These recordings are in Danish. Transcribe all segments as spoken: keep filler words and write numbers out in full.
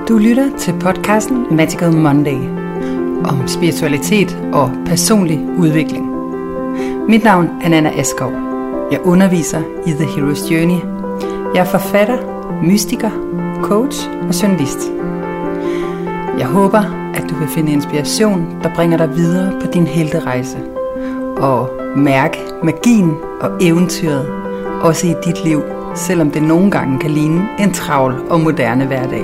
Du lytter til podcasten Magical Monday om spiritualitet og personlig udvikling. Mit navn er Nanna Askov. Jeg underviser i The Hero's Journey. Jeg er forfatter, mystiker, coach og journalist. Jeg håber, at du vil finde inspiration, der bringer dig videre på din helterejse og mærke magien og eventyret også i dit liv, selvom det nogle gange kan ligne en travl og moderne hverdag.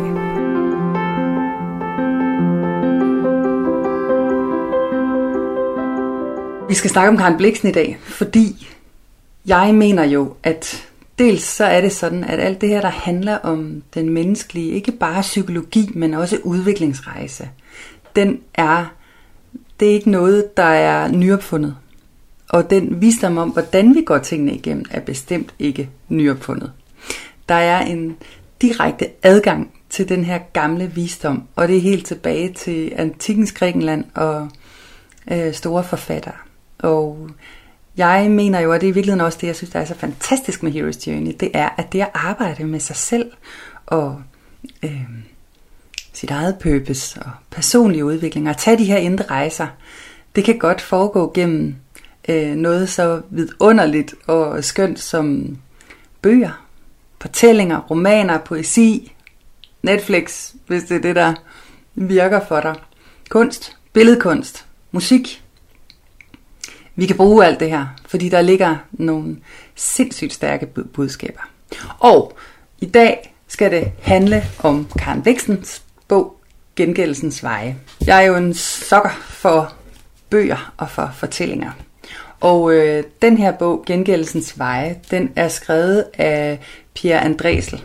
Vi skal snakke om Karen Blixen i dag, fordi jeg mener jo, at dels så er det sådan, at alt det her, der handler om den menneskelige, ikke bare psykologi, men også udviklingsrejse, den er, det er ikke noget, der er nyopfundet. Og den visdom om, hvordan vi går tingene igennem, er bestemt ikke nyopfundet. Der er en direkte adgang til den her gamle visdom, og det er helt tilbage til antikkens Grækenland og øh, store forfattere. Og jeg mener jo, at det er i virkeligheden også det, jeg synes, der er så fantastisk med Hero's Journey, det er, at det at arbejde med sig selv og øh, sit eget purpose og personlig udvikling, og tage de her indre rejser, det kan godt foregå gennem øh, noget så vidunderligt og skønt som bøger, fortællinger, romaner, poesi, Netflix, hvis det er det, der virker for dig, kunst, billedkunst, musik. Vi kan bruge alt det her, fordi der ligger nogle sindssygt stærke budskaber. Og i dag skal det handle om Karen Blixens bog, Gengældelsens Veje. Jeg er jo en sokker for bøger og for fortællinger. Og øh, den her bog, Gengældelsens Veje, den er skrevet af Pierre Andræsel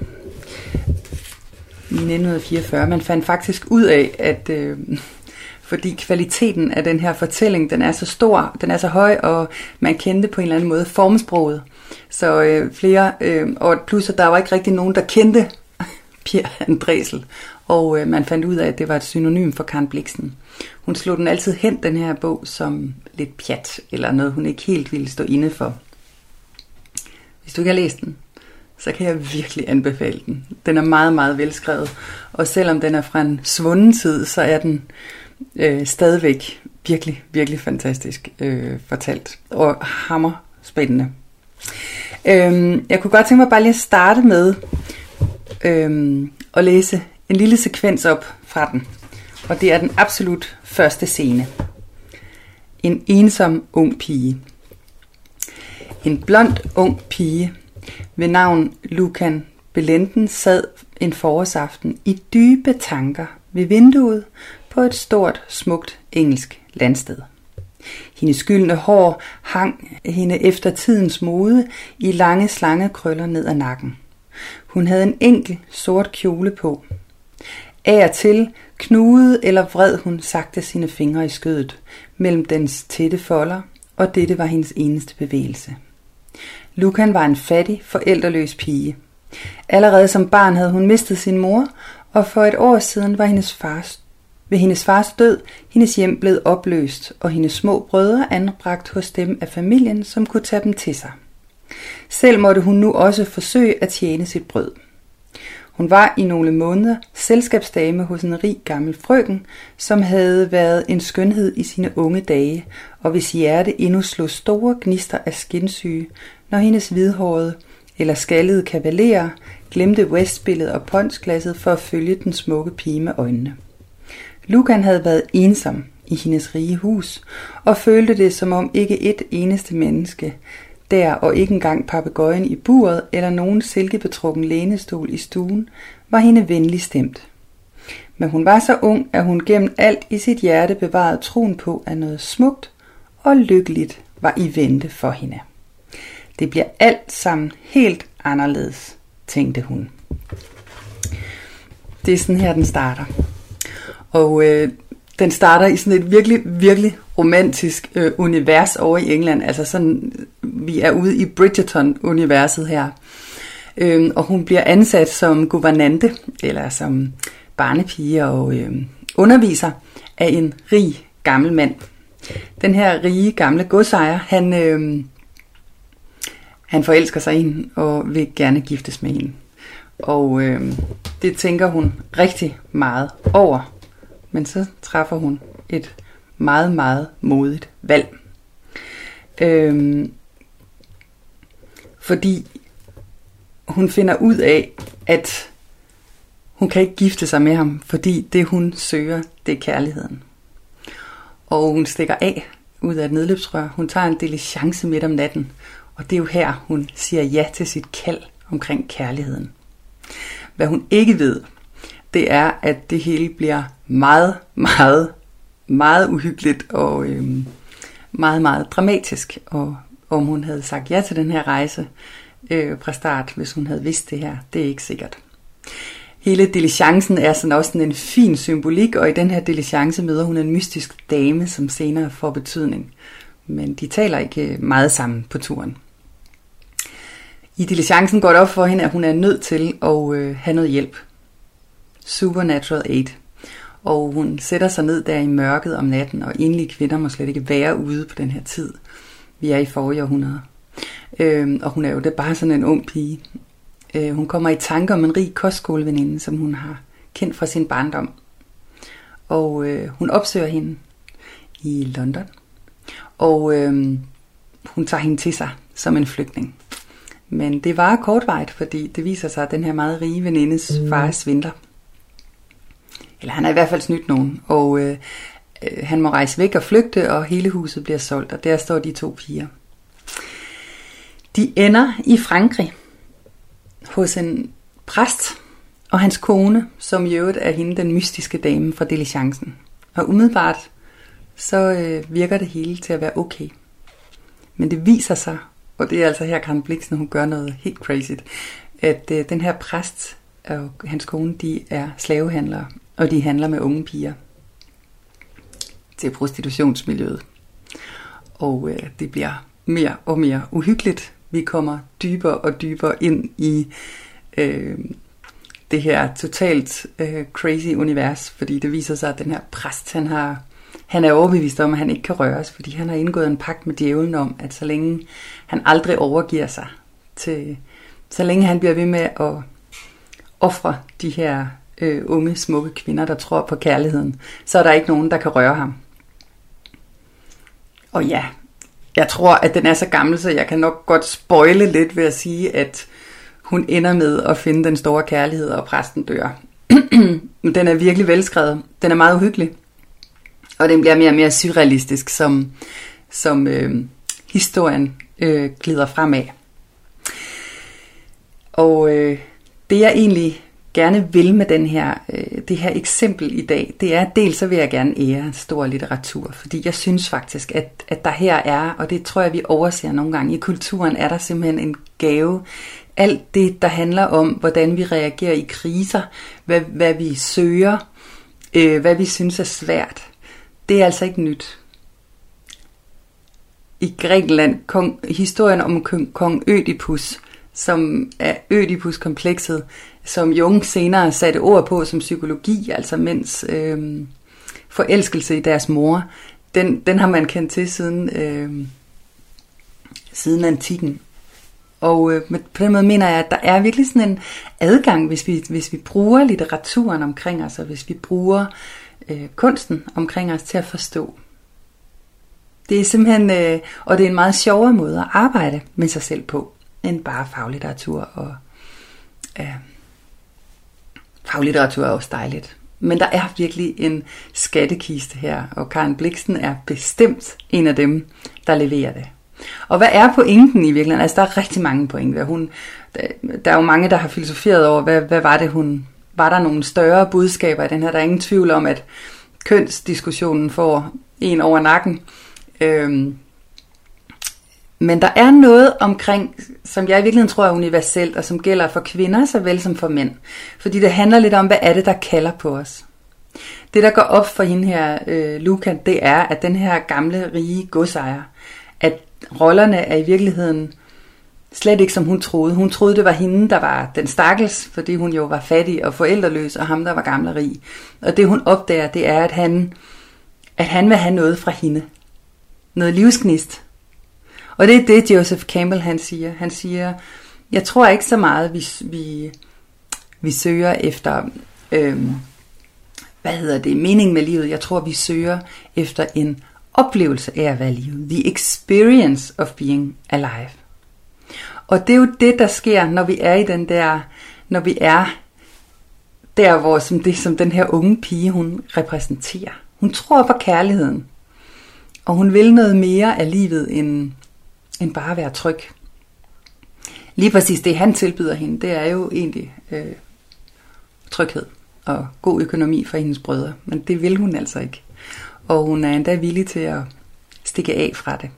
i nitten fireogfyrre. Man fandt faktisk ud af, at øh, fordi kvaliteten af den her fortælling, den er så stor, den er så høj, og man kendte på en eller anden måde formsproget. Så øh, flere, øh, og plus at der var ikke rigtig nogen, der kendte Pierre Andræsel. Og øh, man fandt ud af, at det var et synonym for Karen Blixen. Hun slog den altid hen, den her bog, som lidt pjat, eller noget, hun ikke helt ville stå inde for. Hvis du ikke har læst den, så kan jeg virkelig anbefale den. Den er meget, meget velskrevet. Og selvom den er fra en svunden tid, så er den øh, stadigvæk virkelig, virkelig fantastisk øh, fortalt. Og hammer spændende. Øh, jeg kunne godt tænke mig bare lige at starte med øh, at læse en lille sekvens op fra den. Og det er den absolut første scene. En ensom ung pige. En blond ung pige ved navn Lucan Belenden sad en forårsaften i dybe tanker ved vinduet på et stort, smukt engelsk landsted. Hendes gyldne hår hang hende efter tidens mode i lange slangekrøller ned ad nakken. Hun havde en enkel sort kjole på. Af og til knugede eller vred hun sagte sine fingre i skødet mellem dens tætte folder, og dette var hendes eneste bevægelse. Lucan var en fattig, forældreløs pige. Allerede som barn havde hun mistet sin mor, og for et år siden var hendes fars, ved hendes fars død hendes hjem blevet opløst, og hendes små brødre anbragt hos dem af familien, som kunne tage dem til sig. Selv måtte hun nu også forsøge at tjene sit brød. Hun var i nogle måneder selskabsdame hos en rig gammel frøken, som havde været en skønhed i sine unge dage, og hvis hjerte endnu slog store gnister af skinsyge, når hendes hvidhårede eller skaldede kavalerer glemte Westspillet og ponsglasset for at følge den smukke pige med øjnene. Lucan havde været ensom i hendes rige hus, og følte det som om ikke et eneste menneske der, og ikke engang papegøjen i buret eller nogen silkebetrukken lænestol i stuen, var hende venlig stemt. Men hun var så ung, at hun gennem alt i sit hjerte bevarede troen på, at noget smukt og lykkeligt var i vente for hende. Det bliver alt sammen helt anderledes, tænkte hun. Det er sådan her, den starter. Og øh, den starter i sådan et virkelig, virkelig romantisk øh, univers over i England. Altså sådan, vi er ude i Bridgerton-universet her. Øh, og hun bliver ansat som guvernante, eller som barnepige og øh, underviser af en rig gammel mand. Den her rige gamle godsejer, han, øh, han forelsker sig i hende og vil gerne giftes med hende. Og øh, det tænker hun rigtig meget over. Men så træffer hun et meget, meget modigt valg. Øh, fordi hun finder ud af, at hun kan ikke gifte sig med ham, fordi det hun søger, det er kærligheden. Og hun stikker af ud af et nedløbsrør. Hun tager en diligence midt om natten. Og det er jo her, hun siger ja til sit kald omkring kærligheden. Hvad hun ikke ved, det er, at det hele bliver meget, meget, meget uhyggeligt og øh, meget, meget dramatisk. Og om hun havde sagt ja til den her rejse øh, fra start, hvis hun havde vidst det her, det er ikke sikkert. Hele diligencen er sådan også sådan en fin symbolik, og i den her diligence møder hun en mystisk dame, som senere får betydning. Men de taler ikke meget sammen på turen. I diligencen går det op for hende, at hun er nødt til at øh, have noget hjælp. Supernatural aid. Og hun sætter sig ned der i mørket om natten, og enlige kvinder må slet ikke være ude på den her tid. Vi er i forrige århundrede. Øh, og hun er jo det bare sådan en ung pige. Øh, hun kommer i tanke om en rig kostskoleveninde, som hun har kendt fra sin barndom. Og øh, hun opsøger hende i London. Og øh, hun tager hende til sig som en flygtning. Men det var kortvarigt, fordi det viser sig, at den her meget rige venindes far er svindler. Eller han har i hvert fald snydt nogen. Og øh, øh, han må rejse væk og flygte, og hele huset bliver solgt. Og der står de to piger. De ender i Frankrig hos en præst og hans kone, som i øvrigt er hende den mystiske dame fra diligencen. Og umiddelbart så øh, virker det hele til at være okay. Men det viser sig, og det er altså her Karen Blixen, hun gør noget helt crazy, at øh, den her præst og hans kone, de er slavehandlere, og de handler med unge piger til prostitutionsmiljøet. Og øh, det bliver mere og mere uhyggeligt. Vi kommer dybere og dybere ind i øh, det her totalt øh, crazy univers, fordi det viser sig, at den her præst, han, har, han er overbevist om, at han ikke kan røres, fordi han har indgået en pagt med djævlen om, at så længe han aldrig overgiver sig, til, så længe han bliver ved med at ofre de her øh, unge, smukke kvinder, der tror på kærligheden, så er der ikke nogen, der kan røre ham. Og ja, jeg tror, at den er så gammel, så jeg kan nok godt spoile lidt ved at sige, at hun ender med at finde den store kærlighed, og præsten dør. Den er virkelig velskrevet. Den er meget uhyggelig. Og den bliver mere og mere surrealistisk, som, som øh, historien øh, glider fremad. Og øh, det jeg egentlig gerne vil med den her, øh, det her eksempel i dag, det er, dels så vil jeg gerne ære stor litteratur, fordi jeg synes faktisk, at, at der her er, og det tror jeg vi overser nogle gange, i kulturen er der simpelthen en gave. Alt det, der handler om, hvordan vi reagerer i kriser, hvad, hvad vi søger, øh, hvad vi synes er svært, det er altså ikke nyt. I Grækenland, kong, historien om kong Ødipus, som er Ødipus-komplekset, som Jung senere satte ord på som psykologi, altså mænds øh, forelskelse i deres mor, den, den har man kendt til siden, øh, siden antikken. Og øh, på den måde mener jeg, at der er virkelig sådan en adgang, hvis vi, hvis vi bruger litteraturen omkring os, og hvis vi bruger øh, kunsten omkring os til at forstå. Det er simpelthen, øh, og det er en meget sjovere måde at arbejde med sig selv på, end bare faglitteratur. Og øh, faglitteratur er også dejligt. Men der er virkelig en skattekiste her, og Karen Blixen er bestemt en af dem, der leverer det. Og hvad er pointen i virkeligheden? Altså, der er rigtig mange pointer. Hun, der, der er jo mange, der har filosoferet over, hvad, hvad var det, hun... Var der nogle større budskaber i den her? Der er ingen tvivl om, at kønsdiskussionen får en over nakken. Øhm, men der er noget omkring, som jeg i virkeligheden tror er universelt, og som gælder for kvinder såvel som for mænd. Fordi det handler lidt om, hvad er det, der kalder på os. Det, der går op for hende her, øh, Luca, det er, at den her gamle, rige godsejer, at rollerne er i virkeligheden slet ikke som hun troede. Hun troede, det var hende, der var den stakkels, fordi hun jo var fattig og forældreløs, og ham, der var gammel og rig. Og det hun opdager, det er, at han, at han vil have noget fra hende. Noget livsgnist. Og det er det, Joseph Campbell han siger. Han siger, jeg tror ikke så meget, vi, vi, vi søger efter, øh, hvad hedder det, mening med livet. Jeg tror, vi søger efter en oplevelse af at være livet. The experience of being alive. Og det er jo det, der sker, når vi er i den der, når vi er der, hvor som det, som den her unge pige, hun repræsenterer. Hun tror på kærligheden, og hun vil noget mere af livet, end, end bare at være tryg. Lige præcis det, han tilbyder hende, det er jo egentlig øh, tryghed og god økonomi for hendes brødre. Men det vil hun altså ikke. Og hun er endda villig til at stikke af fra det.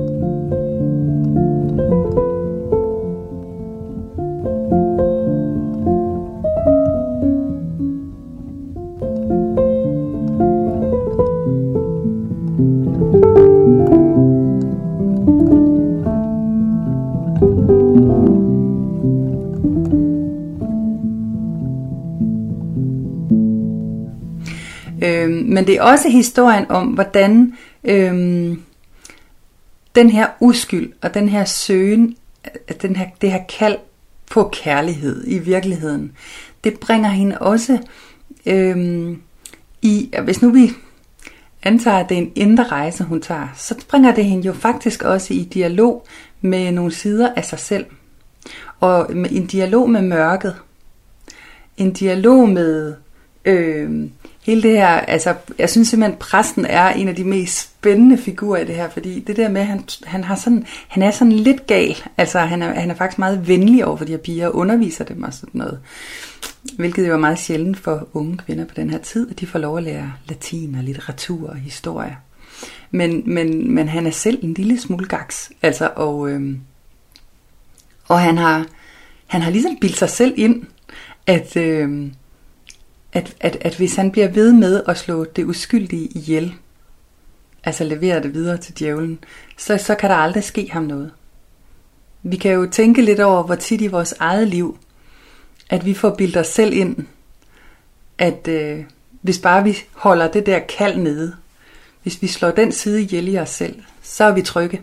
Men det er også historien om, hvordan øhm, den her uskyld og den her søgen, den her, det her kald på kærlighed i virkeligheden, det bringer hende også øhm, i, hvis nu vi antager, at det er en indre rejse, hun tager, så bringer det hende jo faktisk også i dialog med nogle sider af sig selv. Og med en dialog med mørket. En dialog med øhm, hele det her, altså jeg synes simpelthen, præsten er en af de mest spændende figurer i det her, fordi det der med, han, han, har sådan, han er sådan lidt gal, altså han er, han er faktisk meget venlig over for de her piger og underviser dem og sådan noget, hvilket jo er meget sjældent for unge kvinder på den her tid, at de får lov at lære latin og litteratur og historie. Men, men, men han er selv en lille smule gaks, altså og, øhm, og han har, han har ligesom bildt sig selv ind, at øhm, At, at, at hvis han bliver ved med at slå det uskyldige ihjel, altså levere det videre til djævlen, så, så kan der aldrig ske ham noget. Vi kan jo tænke lidt over, hvor tit i vores eget liv, at vi får bildt os selv ind, at øh, hvis bare vi holder det der kald nede, hvis vi slår den side ihjel i os selv, så er vi trygge.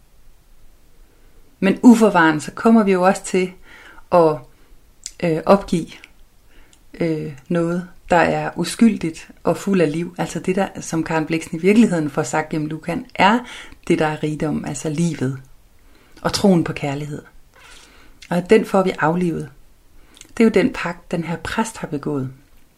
Men uforvarende, så kommer vi jo også til at øh, opgive Øh, noget, der er uskyldigt og fuld af liv. Altså det der, som Karen Blixen i virkeligheden får sagt gennem Lukan, er det, der er rigdom, altså livet. Og troen på kærlighed. Og den får vi aflivet. Det er jo den pagt, den her præst har begået.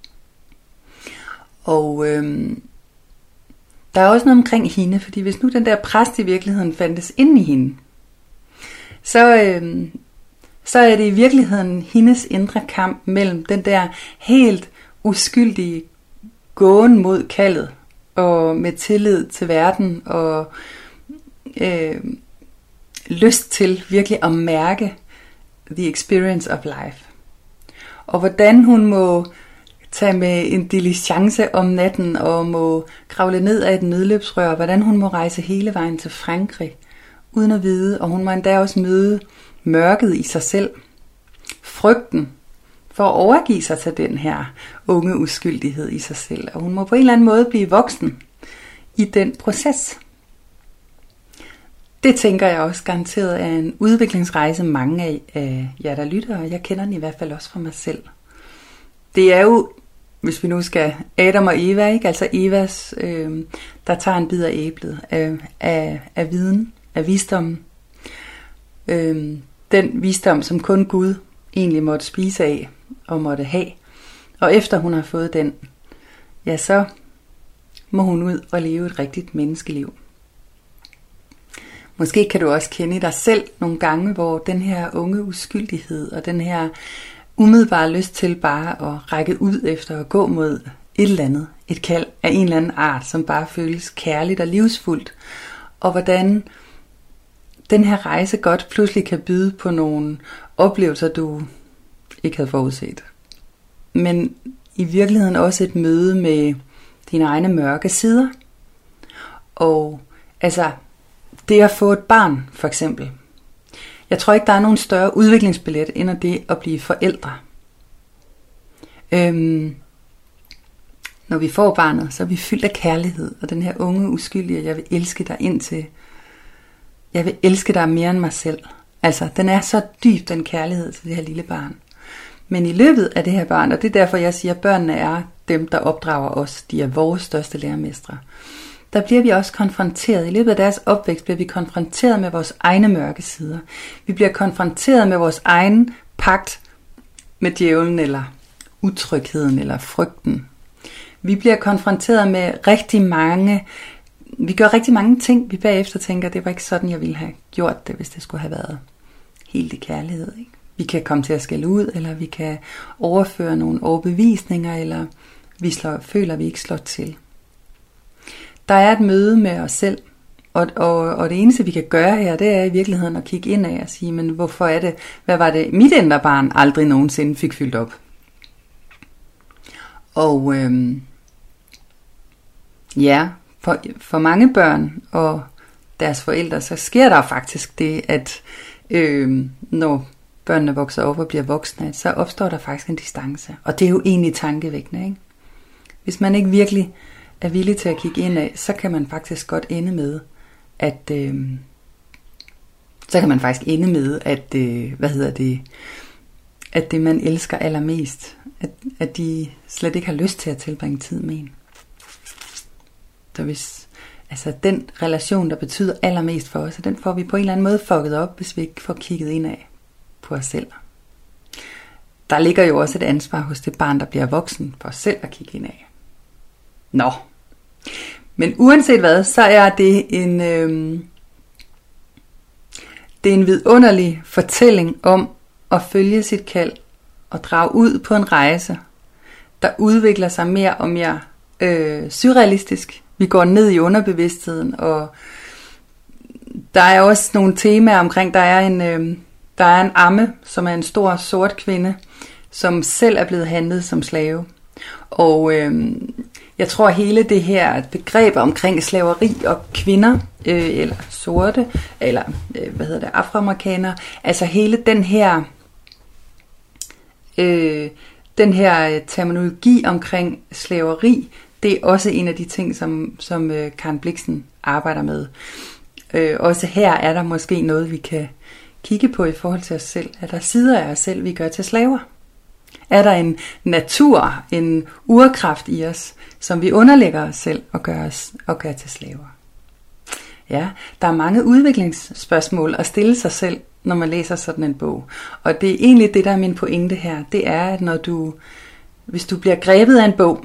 Og øhm, der er også noget omkring hende, fordi hvis nu den der præst i virkeligheden fandtes inde i hende, så øhm, så er det i virkeligheden hendes indre kamp mellem den der helt uskyldige gåen mod kaldet, og med tillid til verden, og øh, lyst til virkelig at mærke the experience of life. Og hvordan hun må tage med en diligence om natten, og må kravle ned ad et nødløbsrør, hvordan hun må rejse hele vejen til Frankrig, uden at vide, og hun må endda også møde mørket i sig selv, frygten for at overgive sig til den her unge uskyldighed i sig selv, og hun må på en eller anden måde blive voksen i den proces. Det tænker jeg også garanteret er en udviklingsrejse, mange af, af jer der lytter, og jeg kender den i hvert fald også fra mig selv. Det er jo, hvis vi nu skal, Adam og Eva, ikke? Altså Evas, øh, der tager en bid af æblet, af, af, af viden, af visdom, øh, den visdom, som kun Gud egentlig måtte spise af og måtte have. Og efter hun har fået den, ja, så må hun ud og leve et rigtigt menneskeliv. Måske kan du også kende dig selv nogle gange, hvor den her unge uskyldighed og den her umiddelbare lyst til bare at række ud efter at gå mod et eller andet, et kald af en eller anden art, som bare føles kærligt og livsfuldt, og hvordan den her rejse godt pludselig kan byde på nogle oplevelser, du ikke havde forudset. Men i virkeligheden også et møde med dine egne mørke sider. Og altså, det at få et barn, for eksempel. Jeg tror ikke, der er nogen større udviklingsbillet, end at det at blive forældre. Øhm, når vi får barnet, så er vi fyldt af kærlighed, og den her unge uskyldige, jeg vil elske dig indtil, jeg vil elske dig mere end mig selv. Altså, den er så dyb, den kærlighed til det her lille barn. Men i løbet af det her barn, og det er derfor jeg siger, at børnene er dem, der opdrager os, de er vores største lærermestre, der bliver vi også konfronteret. I løbet af deres opvækst bliver vi konfronteret med vores egne mørke sider. Vi bliver konfronteret med vores egen pagt med djævlen, eller utrygheden, eller frygten. Vi bliver konfronteret med rigtig mange, vi gør rigtig mange ting, vi bagefter tænker, det var ikke sådan, jeg ville have gjort det, hvis det skulle have været helt i kærlighed. Ikke? Vi kan komme til at skælde ud, eller vi kan overføre nogle overbevisninger, eller vi slår, føler, at vi ikke slår til. Der er et møde med os selv, og, og, og det eneste vi kan gøre her, det er i virkeligheden at kigge ind af og sige, men hvorfor er det, hvad var det mit indre barn aldrig nogensinde fik fyldt op? Og øhm, ja, for, for mange børn og deres forældre, så sker der faktisk det, at øhm, når børnene vokser op og bliver voksne, så opstår der faktisk en distance. Og det er jo egentlig tankevækkende, ikke? Hvis man ikke virkelig er villig til at kigge ind af, så kan man faktisk godt ende med, at øh, så kan man faktisk ende med, at øh, hvad hedder det, at det man elsker allermest, at, at de slet ikke har lyst til at tilbringe tid med en. Så hvis, altså den relation, der betyder allermest for os, den får vi på en eller anden måde fucket op, hvis vi ikke får kigget ind af på os selv. Der ligger jo også et ansvar hos det barn, der bliver voksen, for os selv at kigge ind af. Nå, men uanset hvad, så er det en, øh, det er en vidunderlig fortælling om at følge sit kald og drage ud på en rejse, der udvikler sig mere og mere øh, surrealistisk. Vi går ned i underbevidstheden, og der er også nogle temaer omkring, der er en, øh, der er en amme, som er en stor sort kvinde, som selv er blevet handlet som slave. Og øh, jeg tror hele det her begreb omkring slaveri og kvinder, øh, eller sorte, eller øh, hvad hedder det, afroamerikanere, altså hele den her, øh, den her terminologi omkring slaveri, det er også en af de ting, som, som øh, Karen Blixen arbejder med. Øh, også her er der måske noget, vi kan kigge på i forhold til os selv. Er der sider af os selv, vi gør til slaver? Er der en natur, en urkraft i os, som vi underlægger os selv og gør, os, og gør til slaver? Ja, der er mange udviklingsspørgsmål at stille sig selv, når man læser sådan en bog. Og det er egentlig det, der er min pointe her. Det er, at når du, hvis du bliver grebet af en bog,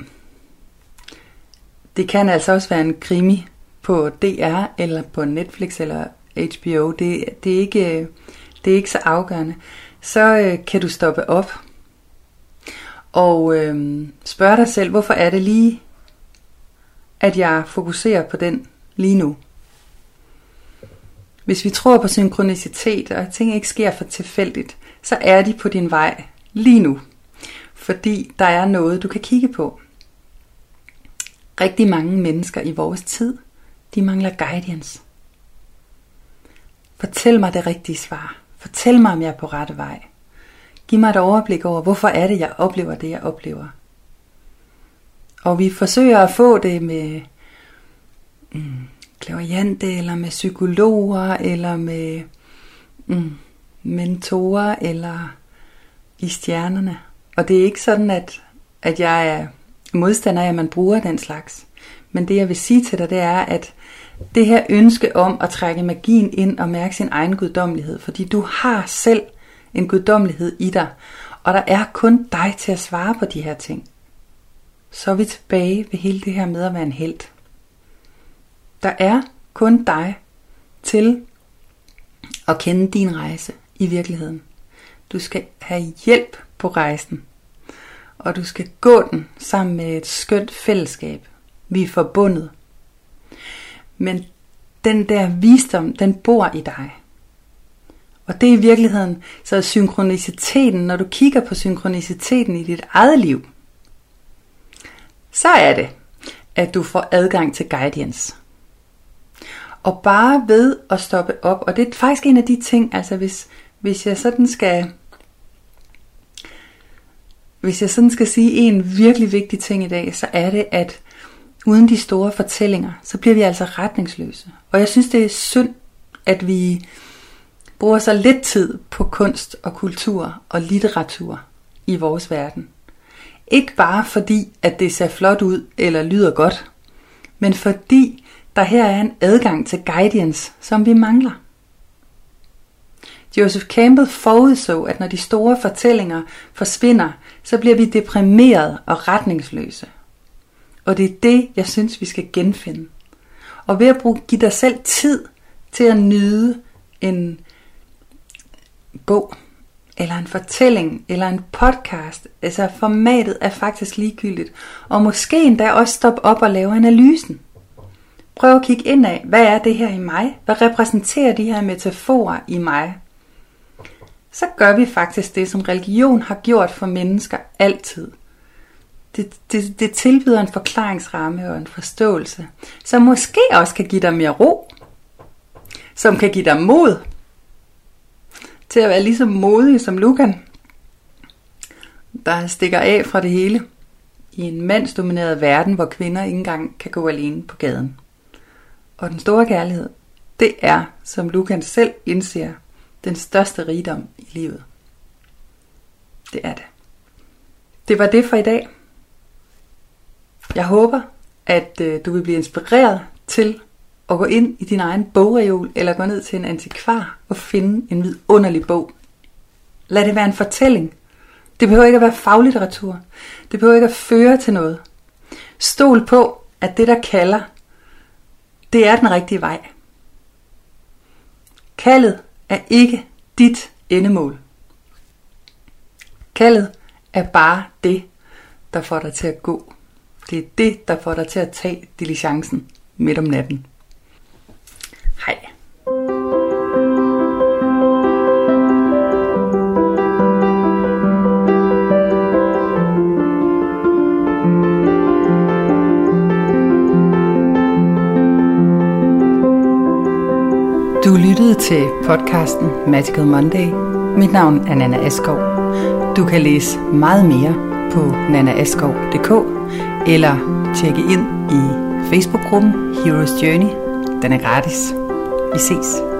det kan altså også være en krimi på D R eller på Netflix eller H B O. Det, det, er, ikke, det er ikke så afgørende. Så øh, kan du stoppe op og øh, spørge dig selv, hvorfor er det lige, at jeg fokuserer på den lige nu? Hvis vi tror på synkronicitet, og ting ikke sker for tilfældigt, så er de på din vej lige nu. Fordi der er noget, du kan kigge på. Rigtig mange mennesker i vores tid, de mangler guidance. Fortæl mig det rigtige svar. Fortæl mig, om jeg er på rette vej. Giv mig et overblik over, hvorfor er det, jeg oplever det, jeg oplever. Og vi forsøger at få det med mm, clairvoyante, eller med psykologer, eller med mm, mentorer, eller i stjernerne. Og det er ikke sådan, at, at jeg er modstander af, at man bruger den slags. Men det, jeg vil sige til dig, det er, at det her ønske om at trække magien ind og mærke sin egen guddommelighed, fordi du har selv en guddommelighed i dig, og der er kun dig til at svare på de her ting. Så er vi tilbage ved hele det her med at være en helt. Der er kun dig til at kende din rejse i virkeligheden. Du skal have hjælp på rejsen, og du skal gå den sammen med et skønt fællesskab. Vi er forbundet. Men den der visdom, den bor i dig. Og det er i virkeligheden, så synkroniciteten, når du kigger på synkroniciteten i dit eget liv, så er det, at du får adgang til guidance. Og bare ved at stoppe op, og det er faktisk en af de ting, altså hvis, hvis jeg sådan skal, hvis jeg sådan skal sige en virkelig vigtig ting i dag, så er det, at uden de store fortællinger, så bliver vi altså retningsløse. Og jeg synes, det er synd, at vi bruger så lidt tid på kunst og kultur og litteratur. i vores verden. Ikke bare fordi, at det ser flot ud eller lyder godt, men fordi der her er en adgang til guidance, som vi mangler. Joseph Campbell forudså, at når de store fortællinger forsvinder, så bliver vi deprimeret og retningsløse. Og det er det, jeg synes, vi skal genfinde. Og ved at bruge, give dig selv tid til at nyde en bog, eller en fortælling, eller en podcast. Altså formatet er faktisk ligegyldigt. Og måske endda også stoppe op og lave analysen. Prøv at kigge ind af, hvad er det her i mig? Hvad repræsenterer de her metaforer i mig? Så gør vi faktisk det, som religion har gjort for mennesker altid. Det, det, det tilbyder en forklaringsramme og en forståelse, som måske også kan give dig mere ro, som kan give dig mod til at være lige så modig som Lukan, der stikker af fra det hele i en mandsdomineret verden, hvor kvinder ikke engang kan gå alene på gaden. Og den store kærlighed, det er, som Lukan selv indser, den største rigdom i livet. Det er det. Det var det for i dag. Jeg håber, at øh, du vil blive inspireret til at gå ind i din egen bogreol, eller gå ned til en antikvar og finde en vidunderlig bog. Lad det være en fortælling. Det behøver ikke at være faglitteratur. Det behøver ikke at føre til noget. Stol på, at det der kalder, det er den rigtige vej. Kaldet er ikke dit endemål. Kaldet er bare det, der får dig til at gå. Det er det, der får dig til at tage diligencen midt om natten. Hej. Du lyttede til podcasten Magical Monday. Mit navn er Nanna Askov. Du kan læse meget mere på nanna askov punktum d k eller tjekke ind i Facebook-gruppen Hero's Journey. Den er gratis. Vi ses.